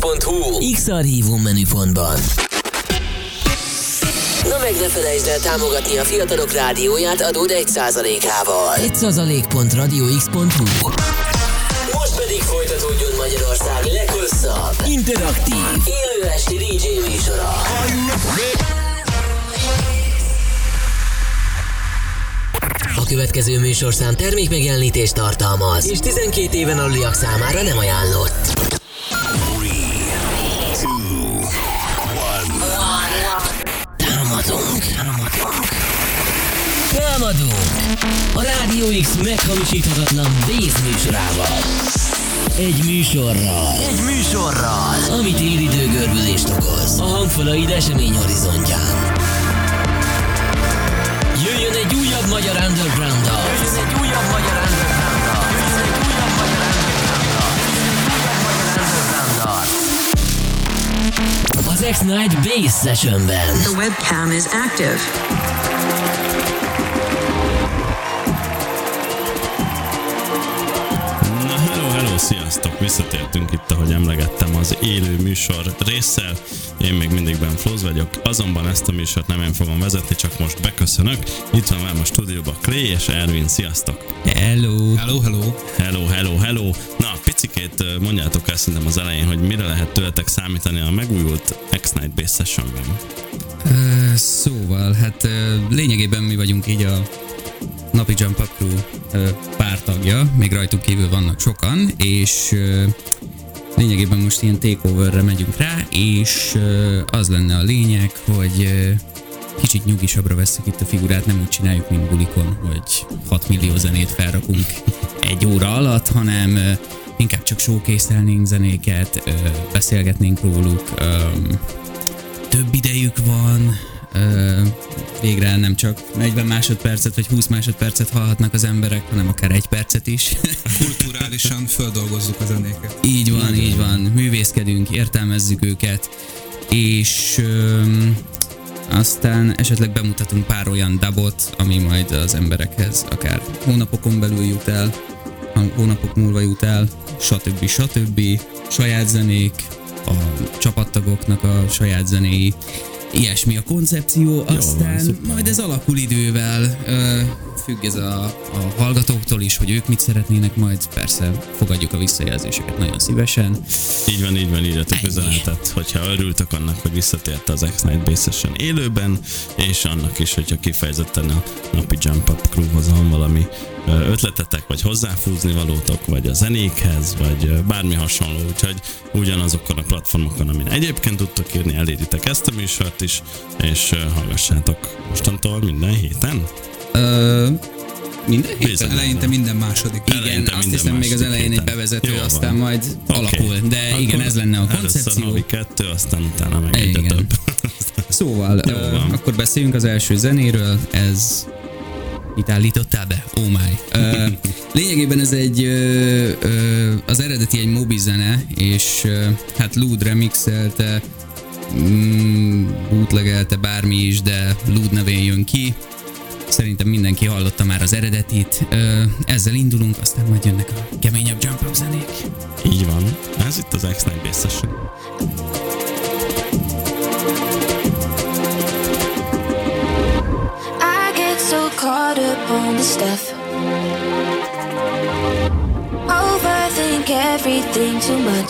xarchívum.hu X-Archívum menüpontban. Na meg ne felejtsd el támogatni a Fiatalok Rádióját adód 1%-ával. 1%.radiox.hu. Most pedig folytatódjon Magyarország leghosszabb, interaktív, élő esti DJ műsora. A következő műsorszám termékmegjelenítést tartalmaz, és 12 éven aluliak számára nem ajánlott. 3, 2, 1. Támadunk! A Rádió X meghamisíthatatlan Bass műsorával. Egy műsorral, amit élidő-görbülést okoz a hangfalaid esemény horizontján. Jöjjön egy újabb magyar underground-dal. Az X-Night Bass Sessionben. The webcam is active. Hello, sziasztok! Visszatértünk itt, ahogy emlegettem, az élő műsor résszel. Én még mindig Ben Flóz vagyok, azonban ezt a műsort nem én fogom vezetni, csak most beköszönök. Itt van velem a stúdióban Clay és Ervin, sziasztok! Hello! Na, picikét mondjátok el szerintem az elején, hogy mire lehet tőletek számítani a megújult X-Night Bass Sessionben. Szóval, hát lényegében mi vagyunk így a Napi Jump Up Crew pár tagja, még rajtunk kívül vannak sokan, és lényegében most ilyen takeoverre megyünk rá, és az lenne a lényeg, hogy kicsit nyugisabbra vesszük itt a figurát, nem úgy csináljuk, mint bulikon, hogy 6 millió zenét felrakunk egy óra alatt, hanem inkább csak showcase-elnénk zenéket, beszélgetnénk róluk, több idejük van, végre nem csak 40 másodpercet vagy 20 másodpercet hallhatnak az emberek, hanem akár 1 percet is. Kulturálisan földolgozzuk a zenéket. Így van, művészkedünk, értelmezzük őket, és aztán esetleg bemutatunk pár olyan dubot, ami majd az emberekhez akár hónapokon belül jut el, hónapok múlva jut el, stb. Saját zenék, a csapattagoknak a saját zenéi, ilyesmi a koncepció, aztán majd ez alakul idővel, függ ez a hallgatóktól is, hogy ők mit szeretnének, majd persze fogadjuk a visszajelzéseket nagyon szívesen. Így van, írjatok üzenetet, hogyha örültök annak, hogy visszatért az X-Night Bass Session élőben, és annak is, hogyha kifejezetten a Napi Jump Up Crewhoz van valami ötletetek, vagy hozzáfúzni valótok, vagy a zenékhez, vagy bármi hasonló, úgyhogy ugyanazokon a platformokon, amin egyébként tudtok írni, eléritek ezt a műsort is, és hallgassátok mostantól minden héten. Minden héten? Eleinte minden második. Igen, azt hiszem még az elején egy bevezető, jó, aztán majd alakul, de akkor igen, ez lenne a koncepció. Először napi 2, aztán utána meg egyre több. Szóval, akkor beszéljünk az első zenéről, ez... Mit állítottál be? Oh my. Lényegében ez az eredeti egy Moby zene, és hát Lude remixelte, bootlegelte bármi is, de Lude nevén jön ki. Szerintem mindenki hallotta már az eredetit. Ezzel indulunk, aztán majd jönnek a keményebb jump-up zenék. Így van. Ez itt az X-Night Bass Session. Caught up on the stuff, overthink everything too much.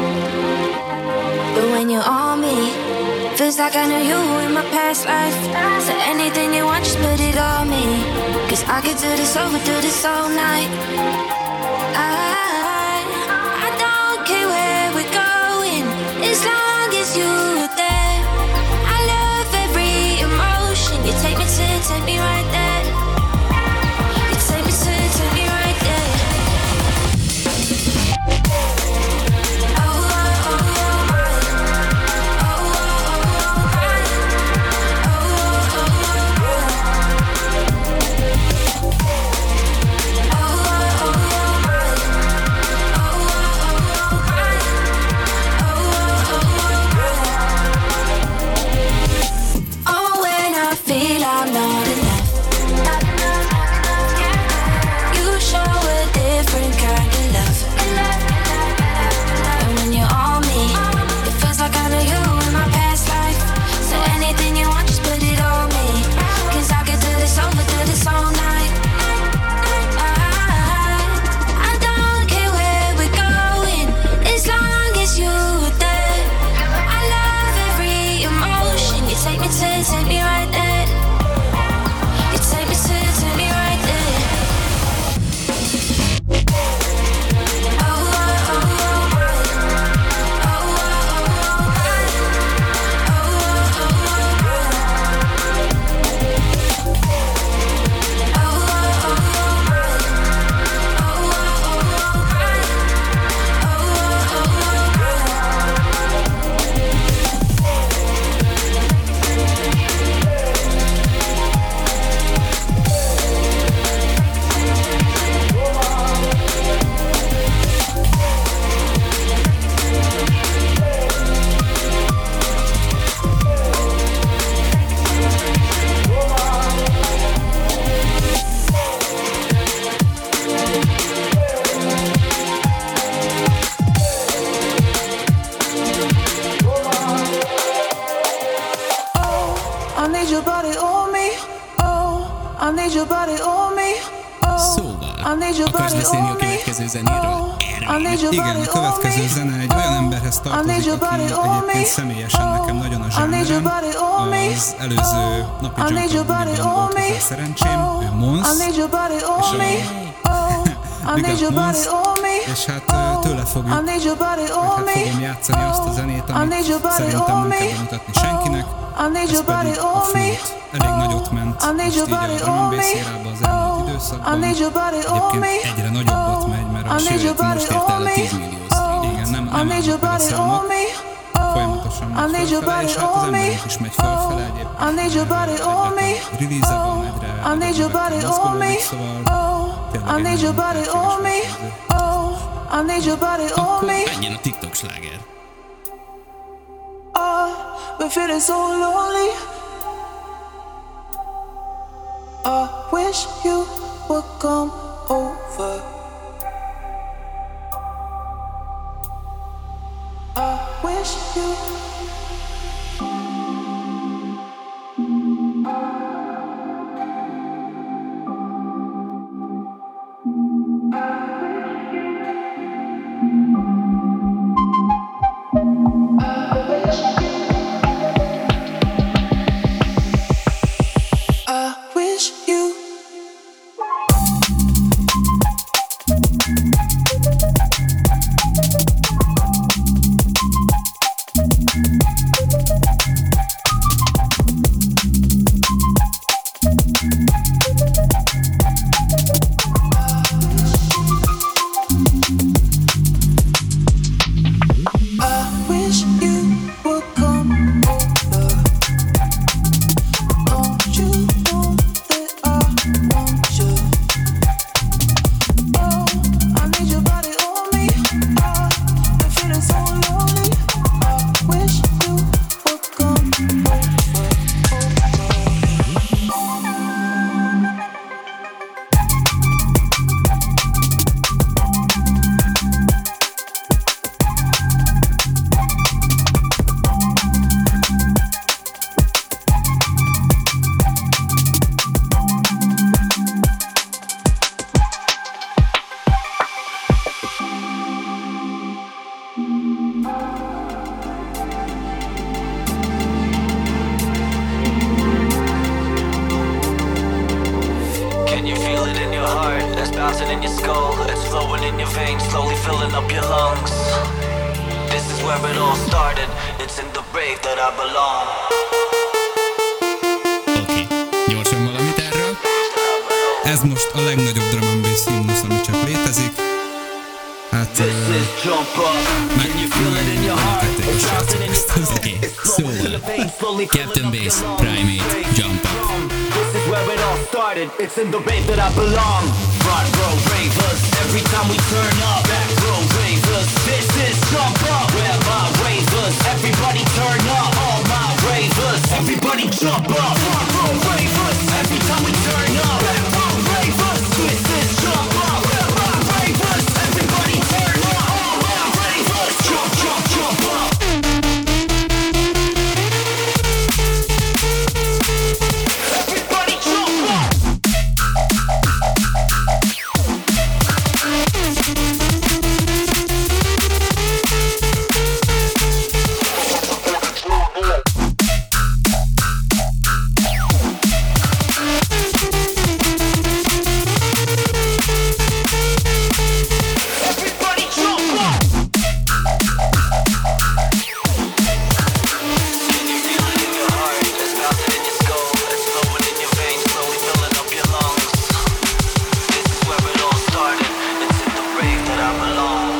But when you're on me, feels like I know you in my past life. So anything you want, just put it on me, 'cause I could do this over, do this all night. I don't care where we're going, as long as you're there. I love every emotion, you take me right there. Szóval, akarsz beszélni a következő zenéről? Igen, a következő zene egy olyan emberhez tartozik, aki egyébként személyesen nekem nagyon a zsánerem. Az előző napi Jump-ban volt hozzá szerencsém, ő Mons, Big Up Mons, és hát tőle fogom játszani azt a zenét, amit szerintem nem kell bemutatni senkinek, ez pedig a Flute. Elég nagyot ment most így a drum and bass érába az elmúlt időszakban. Egyébként egyre nagyobbat megy, mert a Sőt, most ért el a 10 millió stream. igen, nem állnak meg a számok, folyamatosan megy fölfele, és hát az emberek is megy fölfele egyébként. Egyre több release-e van, egyre mozgolódik, szóval tényleg egy Akkor menjen a TikTok sláger. Been feeling so lonely. I wish you would come over. I wish you. Ez most a legnagyobb drum and bass himnusz, ami csak létezik. Hát megtették a srácok ezt az. Oké, szóval Captain Bass, Primate, Jump Up. This is where it all started, it's in the rave that I belong. Front row ravers, every time we turn up. Back row ravers, this is Jump Up. Where my ravers, everybody turn up. All my ravers, everybody jump up. Front row ravers, every time we turn up. Back row ravers, this is Jump Up. Where my ravers, everybody turn up. All my ravers, jump, jump, jump up. Everybody jump up. Everybody jump up. Can you feel it in your heart? It's bouncing in your skull. It's flowing in your veins, slowly filling up your lungs. This is where it all started. It's in the rave that I belong.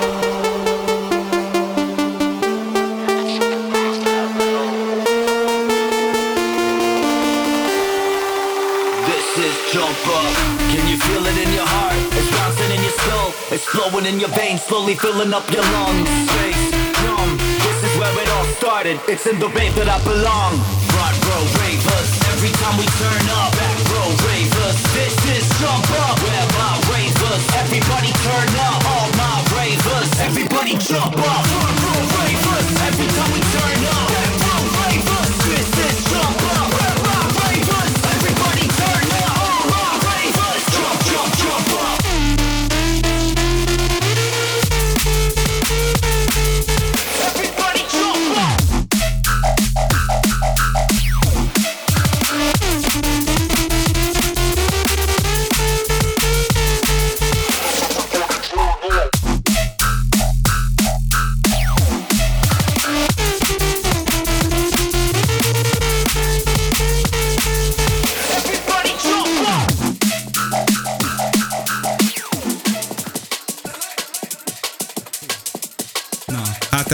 This is Jump Up. Can you feel it in your heart? It's bouncing in your skull. It's flowing in your veins, slowly filling up your lungs. Bass, drum. This is where it all started. It's in the rave that I belong. Front row ravers, every time we turn up. Back row ravers, this is Jump Up. Where my ravers, everybody turn up. All my ravers, everybody jump up. Front row ravers, every time we turn up. Back row ravers, this is Jump Up. Where my ravers, everybody turn up. All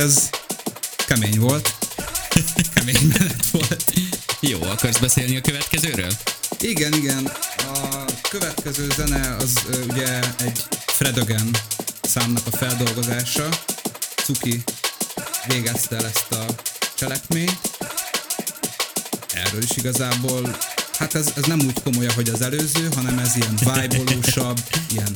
ez kemény volt. Kemény menet volt. Jó, akarsz beszélni a következőről? Igen. A következő zene az ugye egy Fred Again számnak a feldolgozása. Cuki végezte el ezt a cselekményt. Erről is igazából, hát ez nem úgy komoly, hogy az előző, hanem ez ilyen vibe-olósabb, ilyen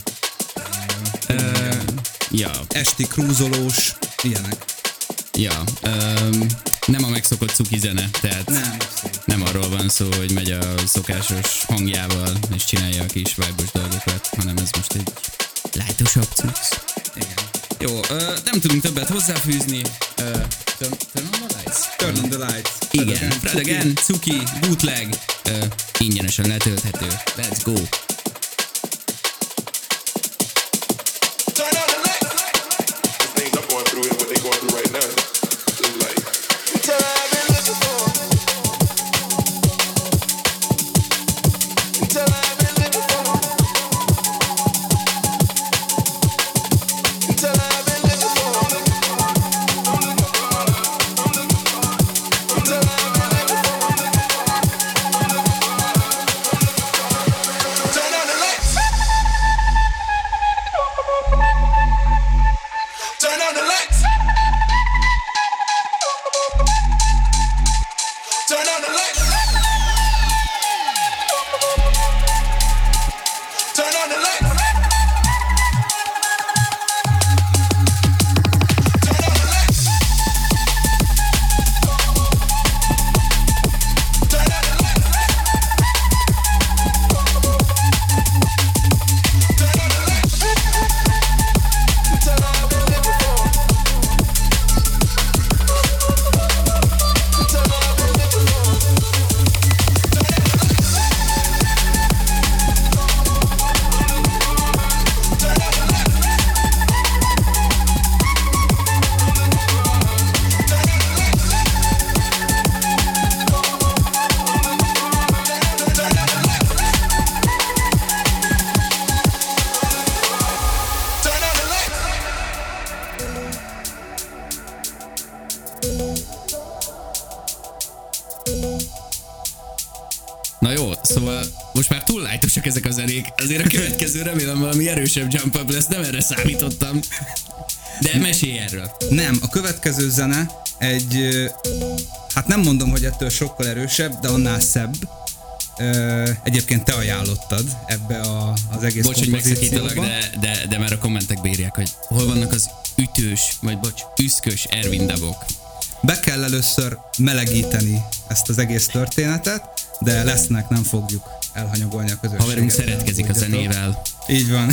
esti krúzolós, ilyenek. Ja, nem a megszokott cuki zene, tehát nem arról van szó, hogy megy a szokásos hangjával és csinálja a kis vibe-os dolgokat, hanem ez most egy lightosabb cucc. Igen. Jó, nem tudunk többet hozzáfűzni. Turn on the lights. Turn on the lights. Igen, Fred Again, cuki, bootleg, ingyenesen letölthető. Let's go! Na jó, szóval most már túl lightosak ezek a zenék. Azért a következő remélem valami erősebb jump up lesz, nem erre számítottam. De mesélj erről. Nem, a következő zene egy, hát nem mondom, hogy ettől sokkal erősebb, de annál szebb. Egyébként te ajánlottad ebbe az egész Bocs, hogy megszakítalak, de már a kommentekbe írják, hogy hol vannak az ütős, vagy üszkös Ervin dabok. Be kell először melegíteni ezt az egész történetet, de lesznek, nem fogjuk elhanyagolni a közösséget. Haverunk szeretkezik a zenével. Így van.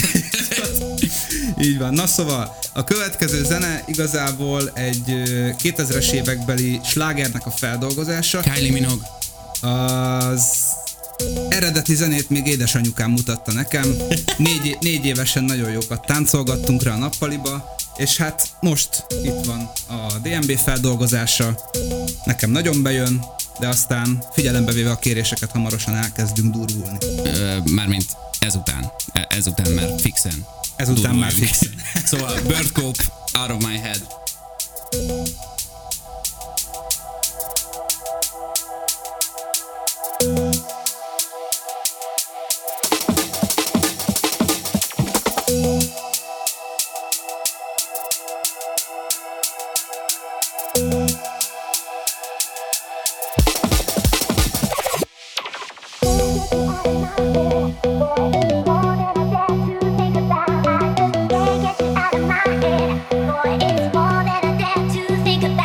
Így van. Na szóval, a következő zene igazából egy 2000-es évekbeli slágernek a feldolgozása. Kylie Minogue. Az eredeti zenét még édesanyukám mutatta nekem. 4 évesen nagyon jókat táncolgattunk rá a nappaliba, és hát most itt van a DMB feldolgozása. Nekem nagyon bejön, de aztán figyelembe véve a kéréseket hamarosan elkezdünk durvulni. Mármint ezután már fixen. Ezután már fixen. Szóval Birdcope, Out of My Head. Think about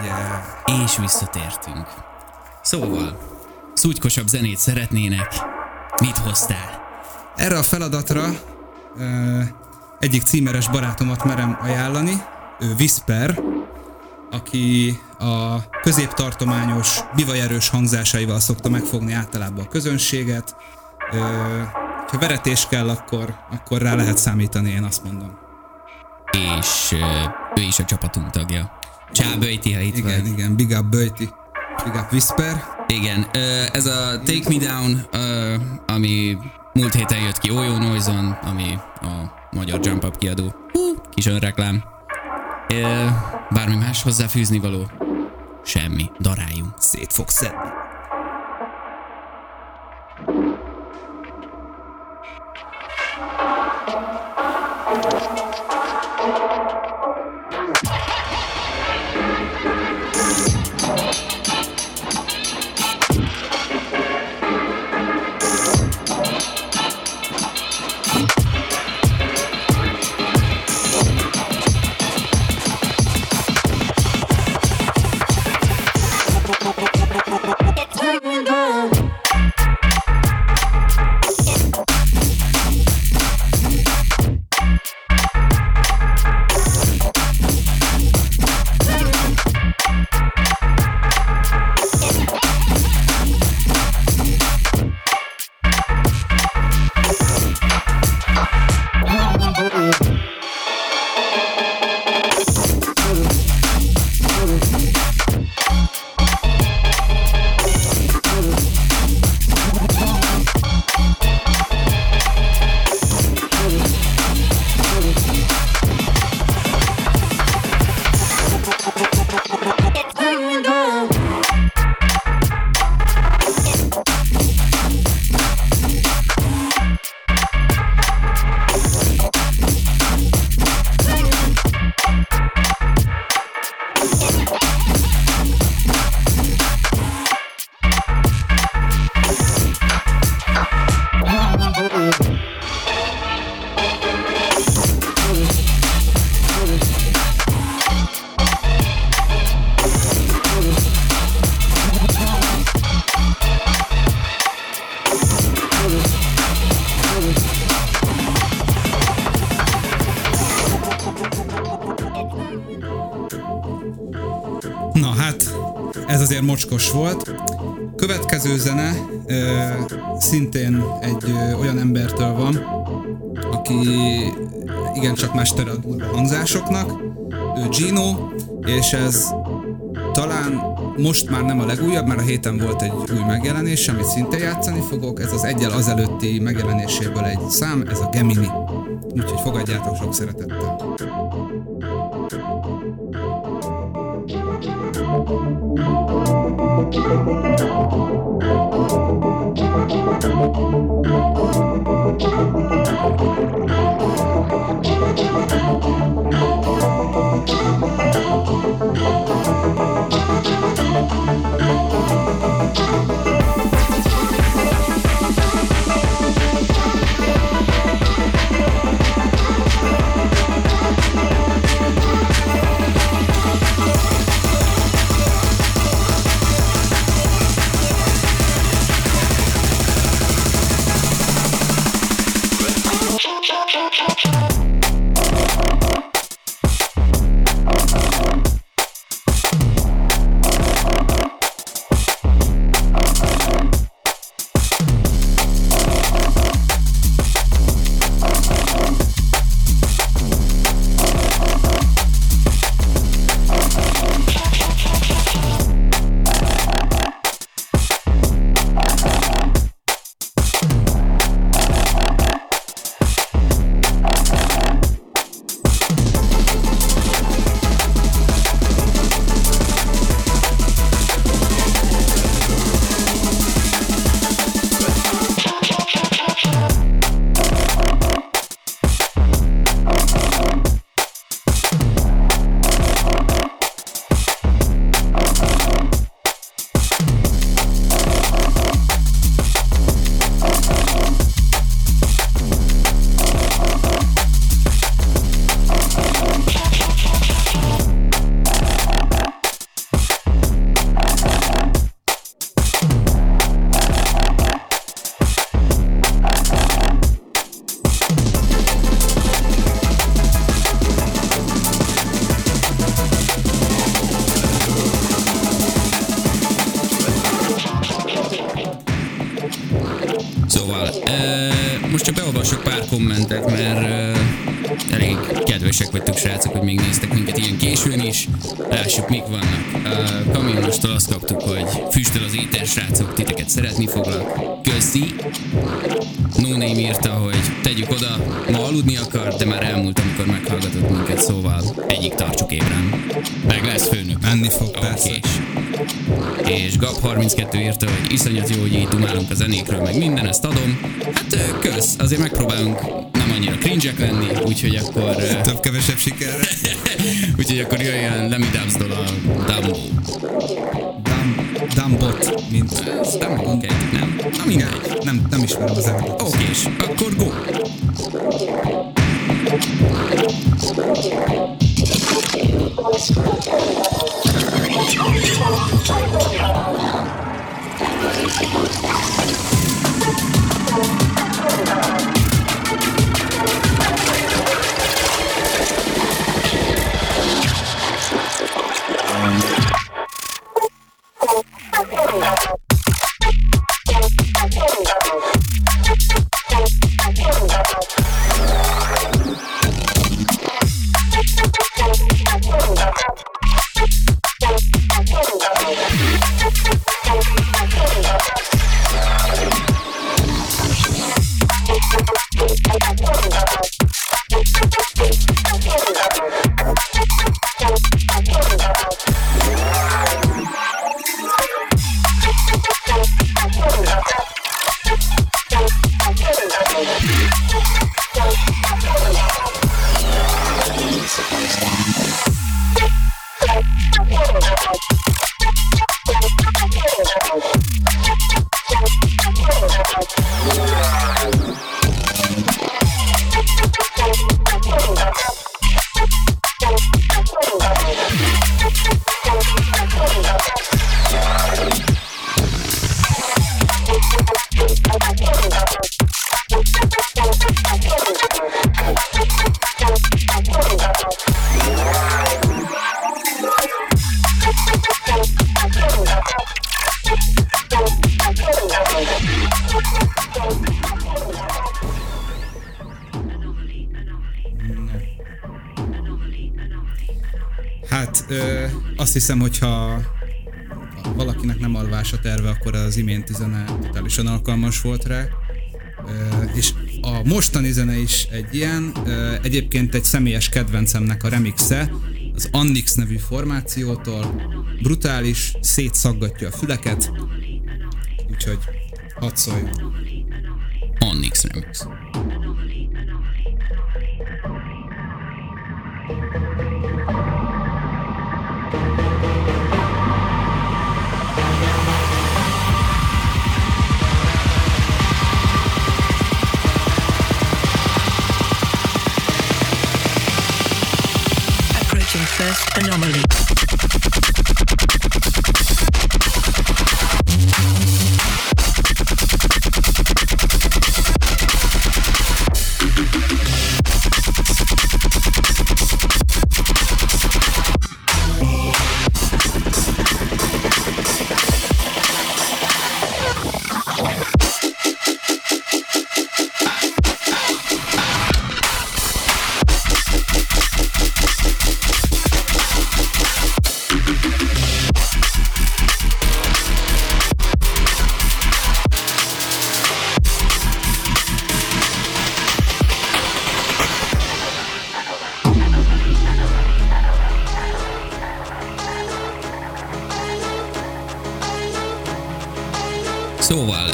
Yeah. És visszatértünk. Szóval, szutykosabb zenét szeretnének. Mit hoztál? Erre a feladatra egyik címeres barátomat merem ajánlani, ő Whisper, aki a középtartományos, bivajerős hangzásaival szokta megfogni általában a közönséget. Ha veretés kell, akkor rá lehet számítani, én azt mondom. És ő is a csapatunk tagja. Csá, Böjti, ha itt igen, vagy. Igen, big up Böjti, big up Whisper. Igen, ez a Take Me Down, ami múlt héten jött ki Oyo Noise-on, ami a magyar Jump Up kiadó. Kis önreklám. Bármi más hozzáfűzni való? Semmi, daráljunk. Szét fog szedni. Na hát, ez azért mocskos volt. Következő zene szintén egy olyan embertől van, aki igencsak mestere a durva hangzásoknak. Ő Gino, és ez talán most már nem a legújabb, mert a héten volt egy új megjelenés, amit szintén játszani fogok. Ez az egyel azelőtti megjelenéséből egy szám, ez a Gemini. Úgyhogy fogadjátok sok szeretettel. kommentek, mert elég kedvesek vagytok, srácok, hogy még néztek minket ilyen későn is. Lássuk, mik vannak. Kamionnostól azt kaptuk, hogy füstöl az éter, srácok, titeket szeretni foglak. Köszi. No Name írta, hogy tegyük oda, ma aludni akar, de már elmúlt, amikor meghallgatott minket, szóval egyik tartsuk ébren. Meg lesz főnök. Menni fog, persze. És Gab32 írta, hogy iszonyat jó, hogy így dumálunk a zenékről, meg minden, ezt adom. Hát kösz, azért megpróbálunk nem annyira cringe-ek lenni, úgyhogy akkor... Több-kevesebb sikerre. Úgyhogy akkor jöjjön Lemmy Dubs-tól a Dumbo. Dumbot, mint... Ez Dumbo kejtik, nem? Na mindegy. Nem ismerem az eredetet. Okés, akkor go! Hát azt hiszem, hogyha valakinek nem alvás a terve, akkor az iménti zene totálisan alkalmas volt rá. És a mostani zene is egy ilyen, egyébként egy személyes kedvencemnek a remixe, az Onyx nevű formációtól, brutális, szétszaggatja a füleket, úgyhogy hadd szóljon. Onyx remix. First anomaly. Szóval,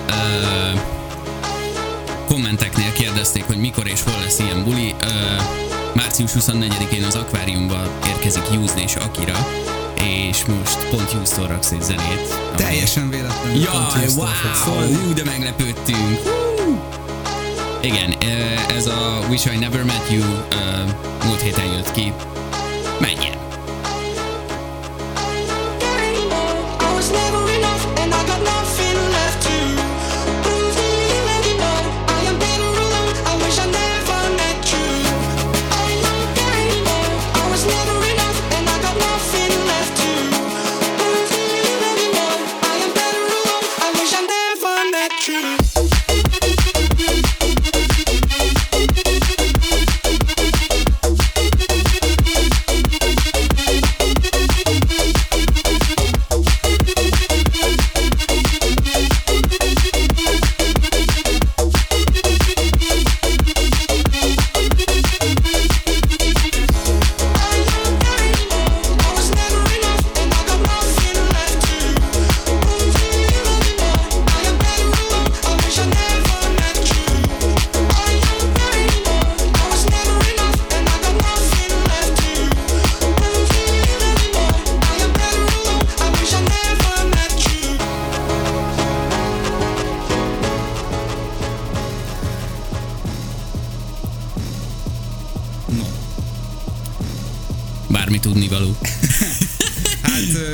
kommenteknél kérdezték, hogy mikor és hol lesz ilyen buli. Március 24-én az akváriumba érkezik Used és Akira, és most pont Used-tól raksz egy zenét. Teljesen véletlenül. Jaj, wow, de meglepődtünk. Igen, ez a Wish I Never Met You múlt héten jött ki. Menjen!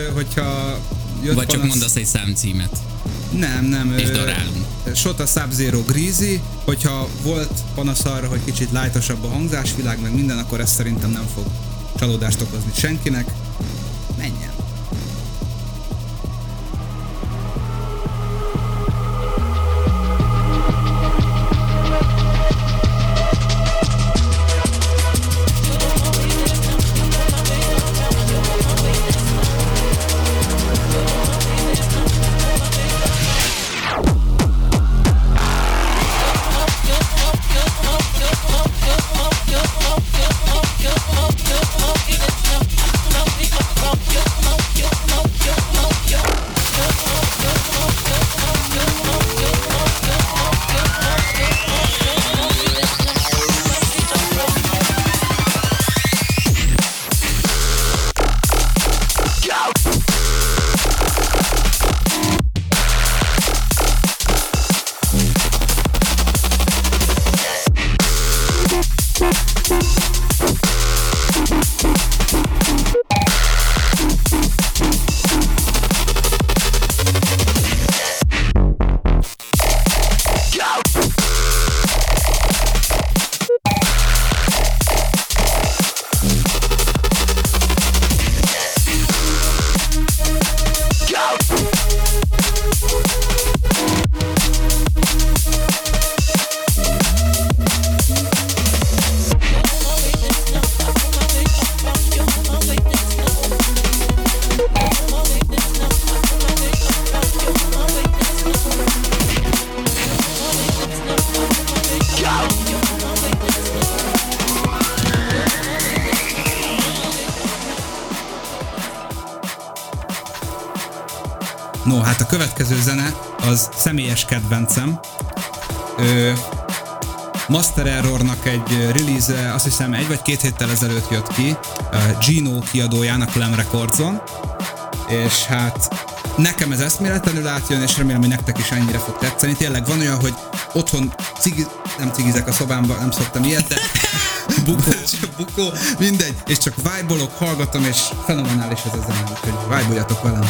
hogyha jött vagy csak mondasz egy számcímet. Nem. És darálunk. Shota Sub-Zero Greasy, hogyha volt panasz arra, hogy kicsit lightosabb a hangzásvilág, meg minden, akkor ez szerintem nem fog csalódást okozni senkinek. Menjen! No, hát a következő zene az személyes kedvencem. Master Errornak egy release, azt hiszem 1 vagy 2 héttel ezelőtt jött ki, Gino kiadójának Lam Recordson, és hát nekem ez eszméletlenül átjön, és remélem, hogy nektek is ennyire fog tetszeni. Tényleg van olyan, hogy otthon nem cigizek a szobámba, nem szoktam ilyet, de bukó, mindegy, és csak vibe-olok, hallgatom, és fenomenális ez a zene, úgyhogy vibe-oljatok velem.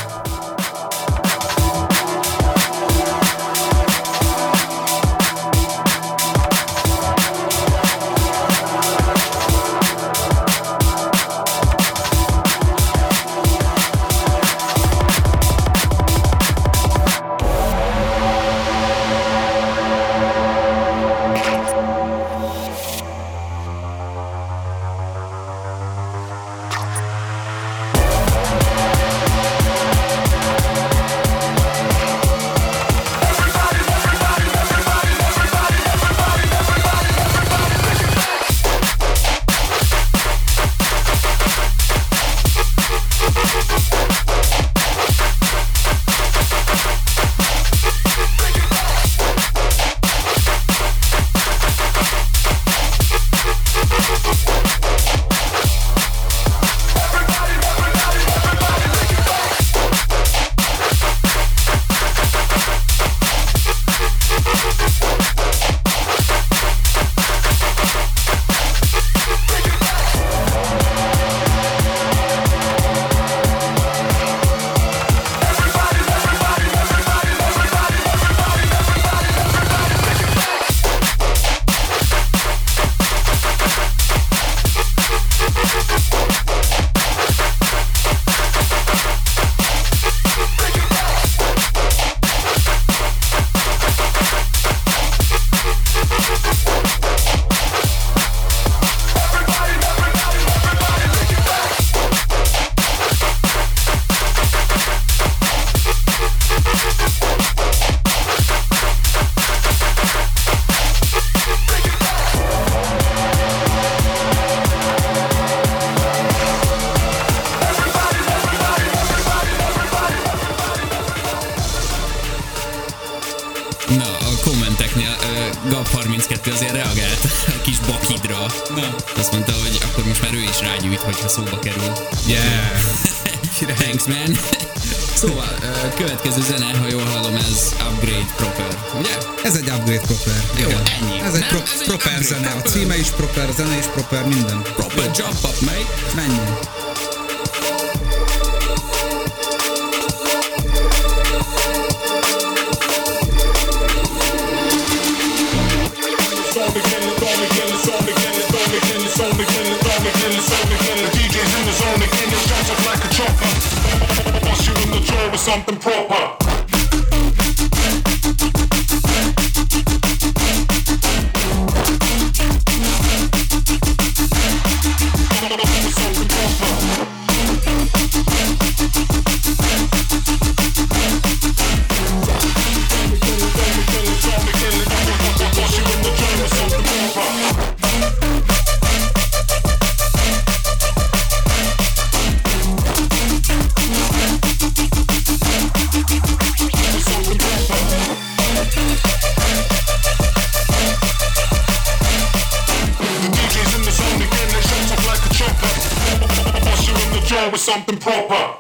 Na, a kommenteknél Gab32 azért reagált a kis bakidra. Na. Azt mondta, hogy akkor most már ő is rágyújt, hogyha szóba kerül. Yeah! Thanks, man! Szóval, következő zene, ha jól hallom, ez Upgrade Proper, ugye? Ez egy Upgrade Proper. Jó, igen. ennyi. Ez egy proper zene. A címe is proper, a zene is proper, minden. Proper jump up, mate! Menjen! with something proper. With something proper.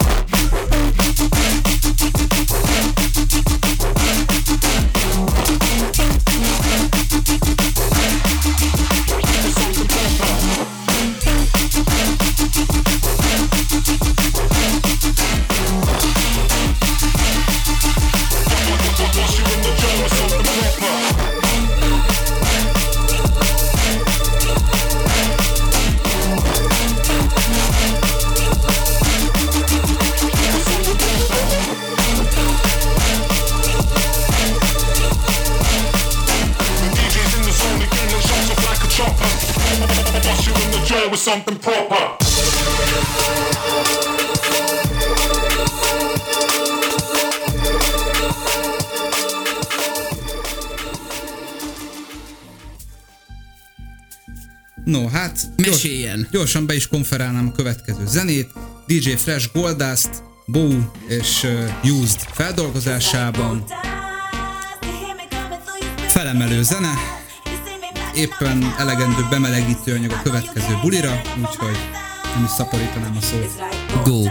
With something proper. No, hát gyorsan be is konferálnám a következő zenét. DJ Fresh Goldust, Bow és Used feldolgozásában. Felemelő zene. Éppen elegendő bemelegítő anyag a következő bulira, úgyhogy nem is szaporítanám a szót. Go!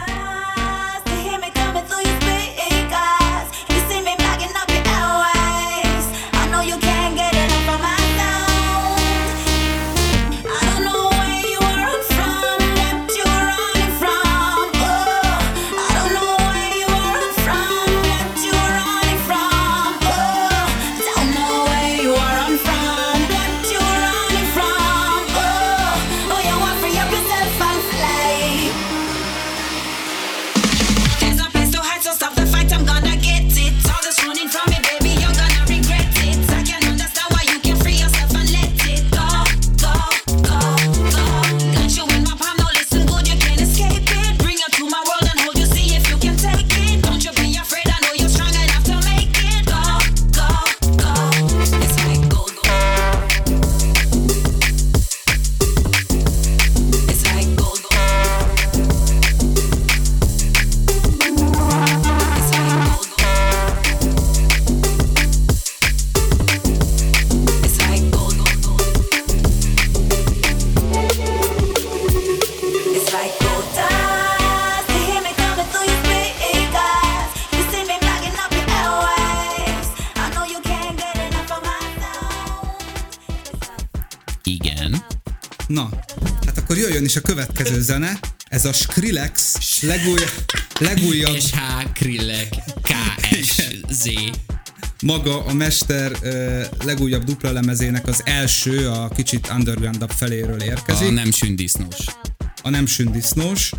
Na, hát akkor jöjjön is a következő zene, ez a Skrillex legújabb... SH Krillek KSZ. Maga a mester legújabb dupla lemezének az első, a kicsit undergroundabb feléről érkezik. A nem sündisznós. A nem sündisznós.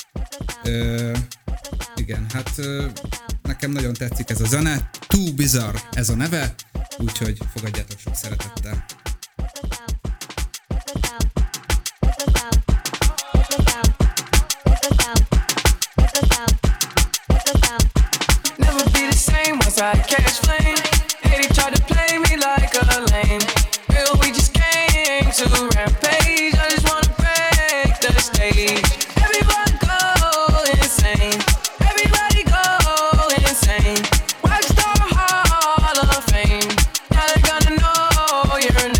Igen, hát nekem nagyon tetszik ez a zene. Too Bizarre ez a neve, úgyhogy fogadjátok sok szeretettel. I catch flame. Hey, they tried to play me like a lame. Girl, we just came to rampage. I just wanna break the stage. Everybody go insane. Everybody go insane. Rockstar Hall of Fame. Now they're gonna know your name.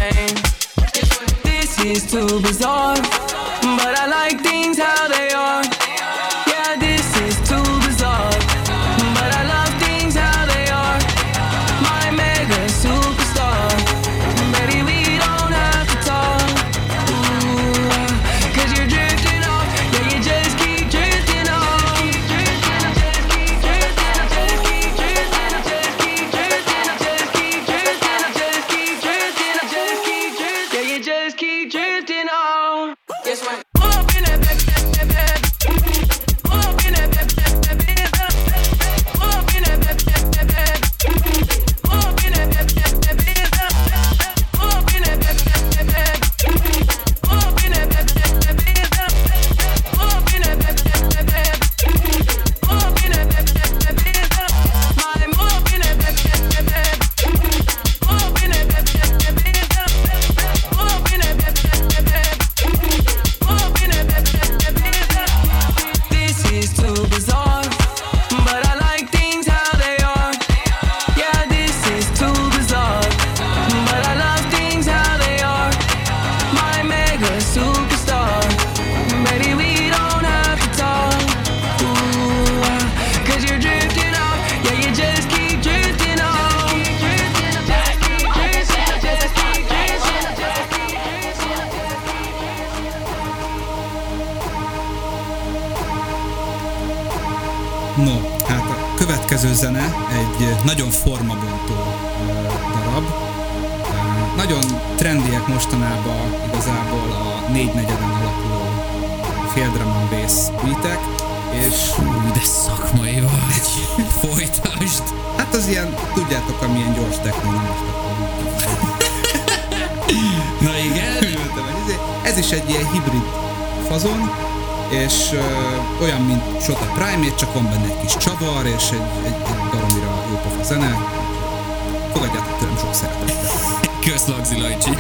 No, hát a következő zene egy nagyon formabontó darab. Nagyon trendiek mostanában igazából a 4/4-en alapuló fél drum and bass beatek, és... Fú, de szakmai vagy. Folytasd. Hát az ilyen, tudjátok, amilyen gyors techno, nem most akkor. Na igen. Ez is egy ilyen hibrid fazon, és olyan, mint Shota Primate, csak van benne egy kis csavar, és egy baromira jópofa zene. Fogadjátok tőlem sok szeretettel. Kösz, Lagzi Lajcsi.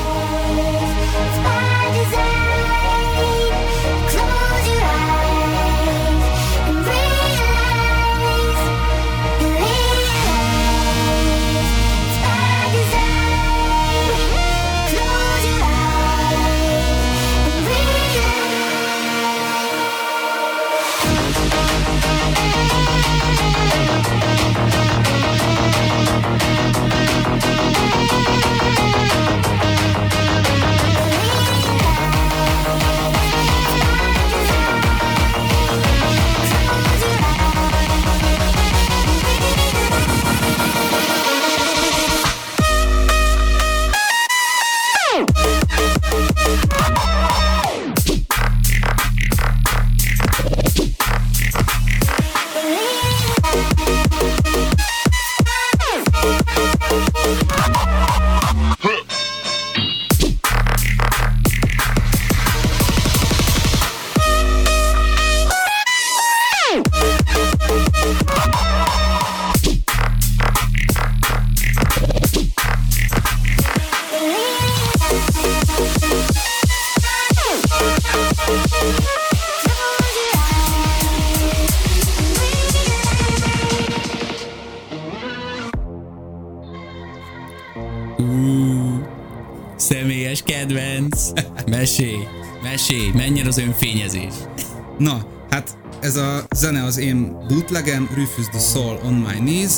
Személyes kedvenc. Mesélj, menjen az önfényezés. Na, hát ez a zene az én bootlegem, Rufus the Soul on My Knees.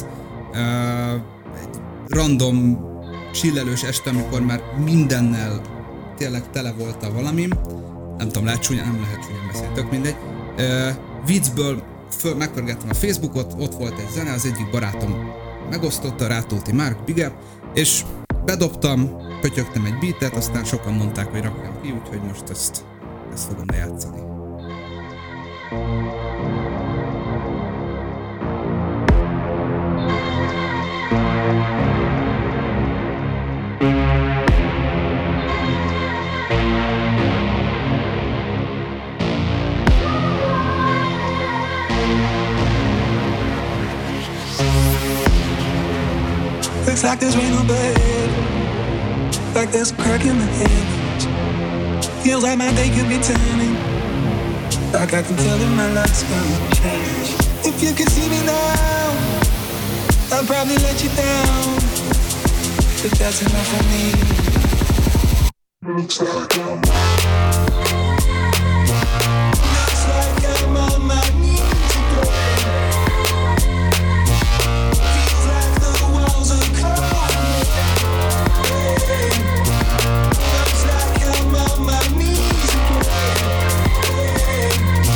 Egy random, chillelős este, amikor már mindennel tényleg tele volt a valamim. Nem tudom, lehet csúnyán, nem lehet csúnyán beszélni, tök mindegy. Viccből megpörgettem a Facebookot, ott volt egy zene, az egyik barátom megosztotta, Rátóti Mark, big up, és bedobtam, pötyögtem egy beatet, aztán sokan mondták, hogy rakjam ki, úgyhogy most ezt fogom lejátszani. Looks like there's rain on bed, like there's a crack in the heavens. Feels like my day could be turning, like I can tell that my life's gonna change. If you could see me now, I'd probably let you down, but that's enough for me. Looks like I'm on my knees again. Feels like the walls are crumbling. Looks like I'm on my knees again.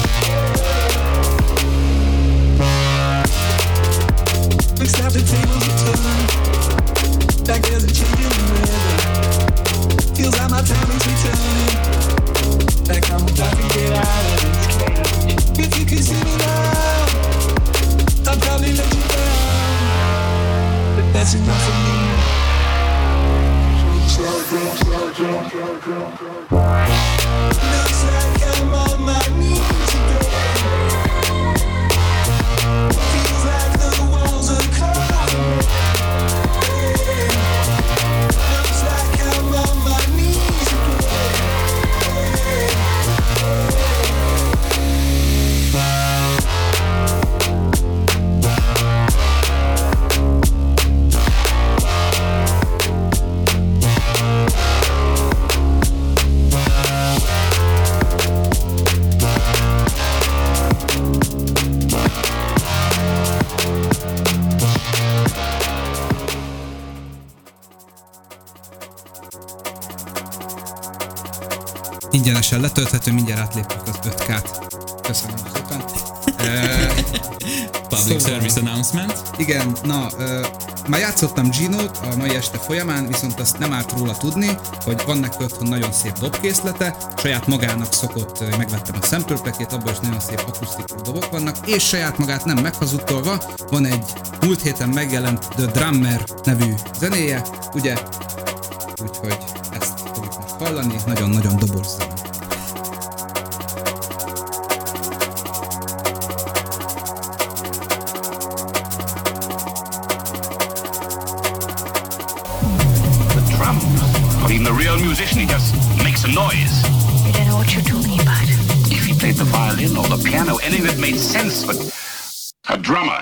Looks like the tables are turned, like there's a change in the weather. Feels like my time is returning, like I'm about to get out of this cage. If you could see me now, I'd probably let you down, but that's enough for me. Looks like I'm on my knees again. Feels like the walls are crumbling. Looks like I'm on my knees again. Ingyenesen letölthető, mindjárt átlépjük az 5K-t. Köszönöm szépen. Public service announcement. Igen, már játszottam Gino-t a mai este folyamán, viszont azt nem árt róla tudni, hogy van neki otthon nagyon szép dobkészlete, saját magának szokott, megvettem a sample packét, abban is nagyon szép akusztikus dobok vannak, és saját magát nem meghazudtolva, van egy múlt héten megjelent The Drummer nevű zenéje, ugye, úgyhogy ezt fogjuk most hallani, nagyon-nagyon dobos zene. But even the real musician, he just makes a noise. You don't know what you're talking about. If he played the violin or the piano, anything that made sense, but a drummer.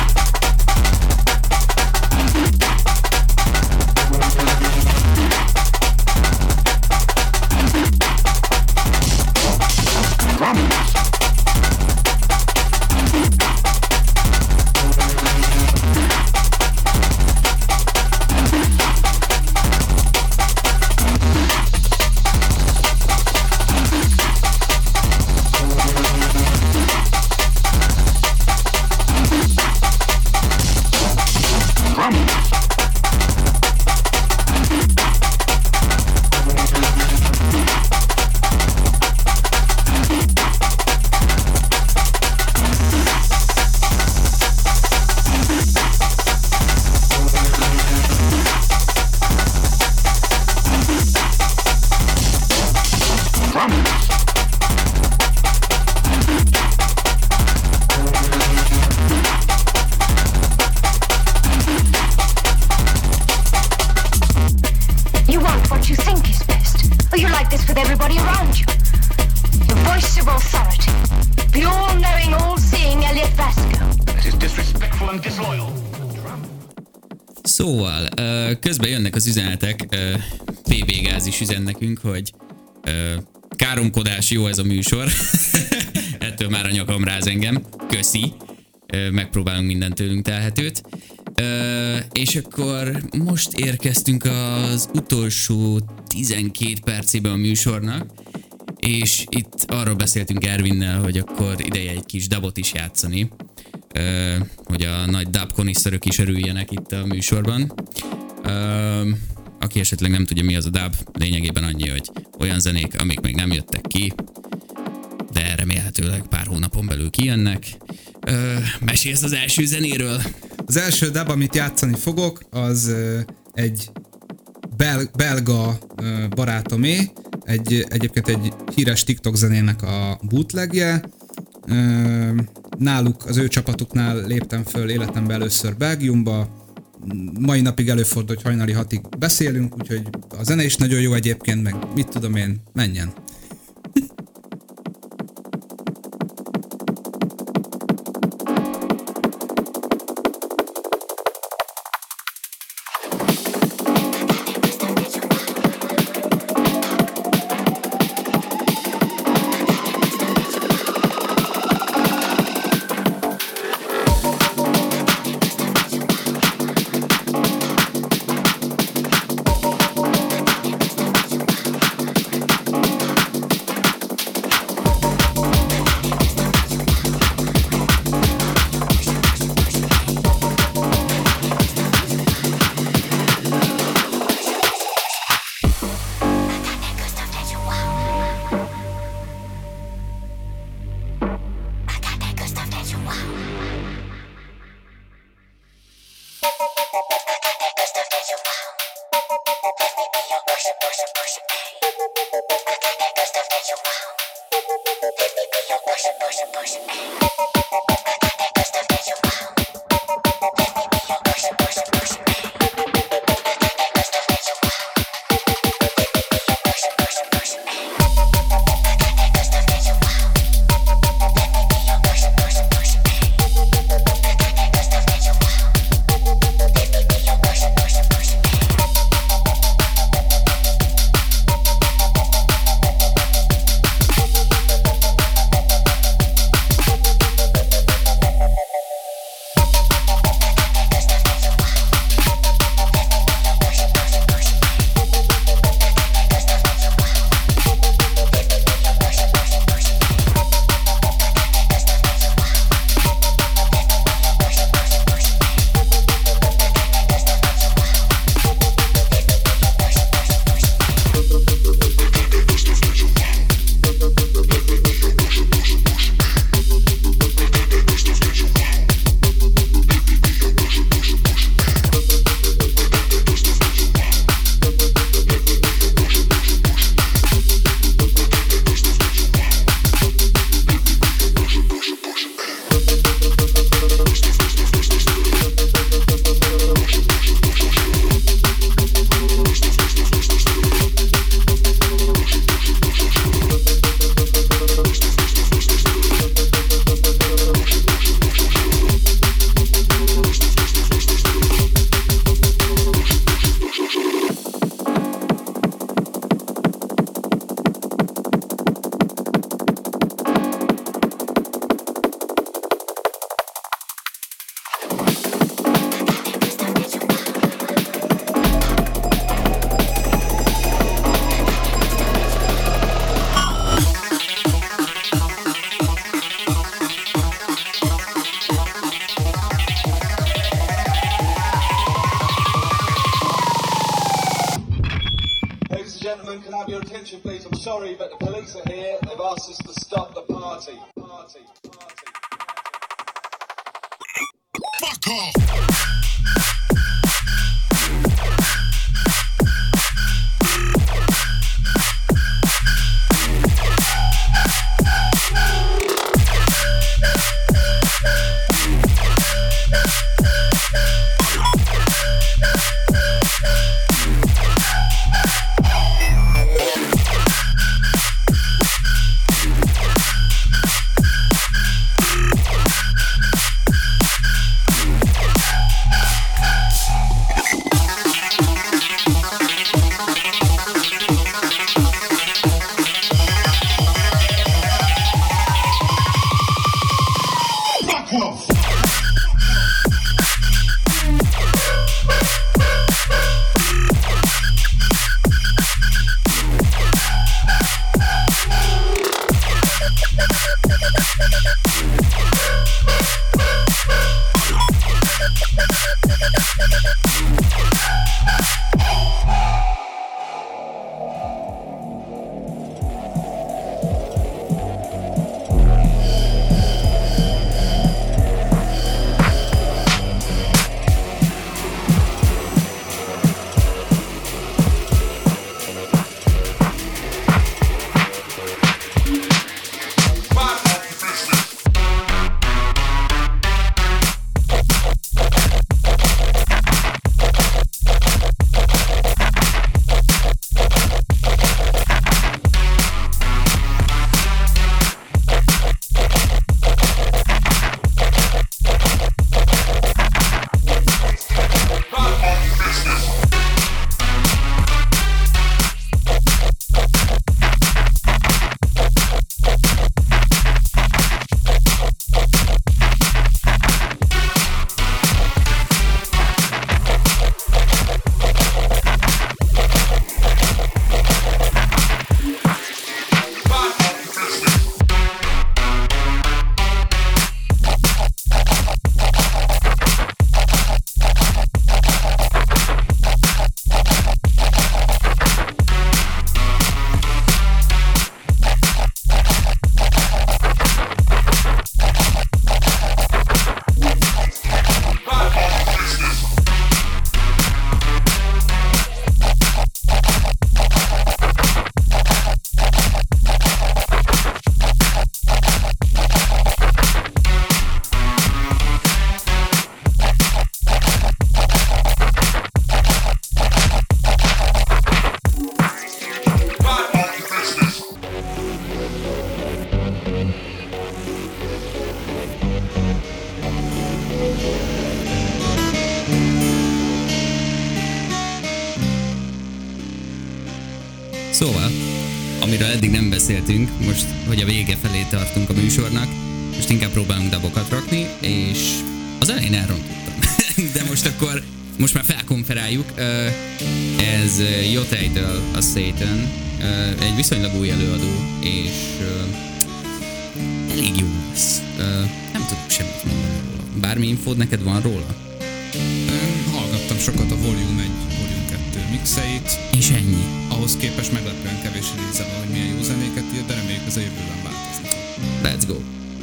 Szóval, közben jönnek az üzenetek, PB Gáz is üzen nekünk, hogy káromkodás, jó ez a műsor, ettől már a nyakam ráz engem, köszi, megpróbálunk mindent tőlünk telhetőt. És akkor most érkeztünk az utolsó 12 percében a műsornak, és itt arról beszéltünk Ervinnel, hogy akkor ideje egy kis dubot is játszani, hogy a nagy dub koniszterök is örüljenek itt a műsorban. Aki esetleg nem tudja, mi az a dub, lényegében annyi, hogy olyan zenék, amik még nem jöttek ki, de remélhetőleg pár hónapon belül kijönnek. Mesélsz az első zenéről? Az első dub, amit játszani fogok, az egy belga barátomé, egyébként egy híres TikTok zenének a bootlegje. Náluk, az ő csapatuknál léptem föl életemben először Belgiumba. Mai napig előfordul, hogy hajnali 6-ig beszélünk, úgyhogy a zene is nagyon jó egyébként, meg mit tudom én, menjen. attention, please. I'm sorry, but the police are here. They've asked us to stop the party. Fuck off! Szóval, amiről eddig nem beszéltünk, most, hogy a vége felé tartunk a műsornak, most inkább próbálunk dabokat rakni, és az elején elrontottam. De most már felkonferáljuk. Ez Yotei-től a Satan, egy viszonylag új előadó, és elég jó lesz. Nem tudok semmit mondani róla. Bármi infód neked van róla? Hallgattam sokat a Volume 1, Volume 2 mixeit. És ennyi. Ahhoz képest meglepően kevés release van, hogy milyen jó zenéket ír, de reméljük az a jövőben változni fog. Let's go!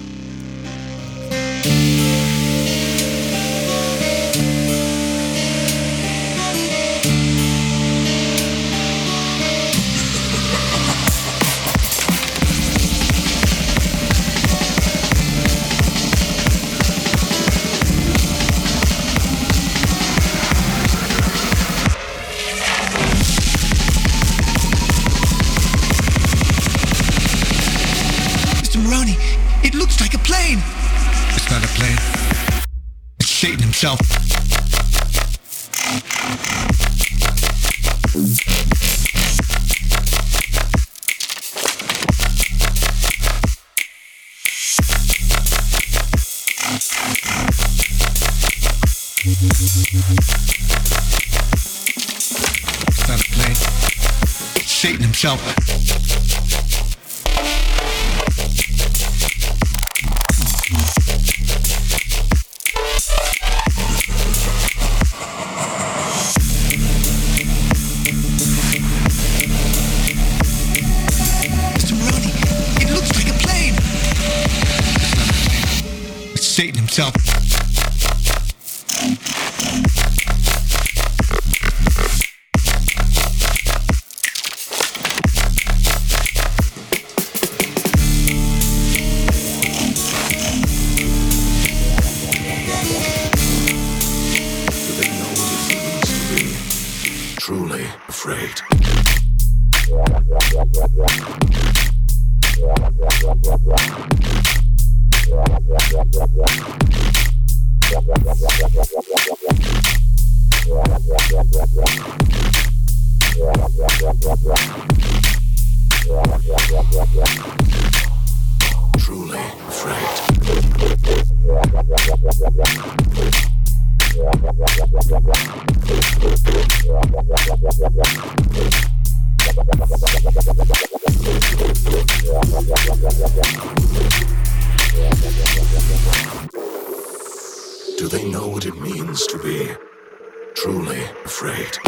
It's not a plane. It's Satan himself. It's not a plane. It's Satan himself. itself. Truly afraid. Truly afraid. Do they know what it means to be truly afraid?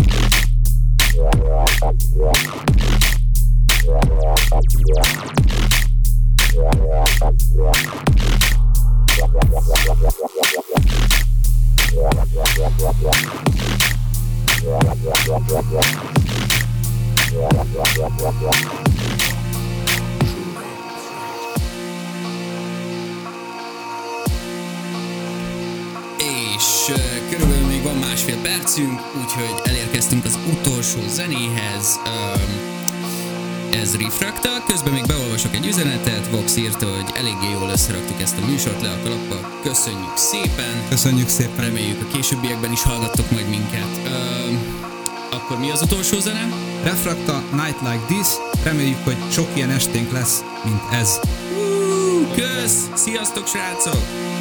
És körülbelül még van másfél percünk, úgyhogy elérkeztünk az utolsó zenéhez. Ez Refrakta, közben még beolvasok egy üzenetet. Vox írta, hogy eléggé jól összeraktuk ezt a műsort le a kalappal. Köszönjük szépen! Köszönjük szépen! Reméljük a későbbiekben is hallgattok majd minket. Akkor mi az utolsó zene? Refrakta, Night Like This. Reméljük, hogy sok ilyen esténk lesz, mint ez. Kösz! Sziasztok, srácok!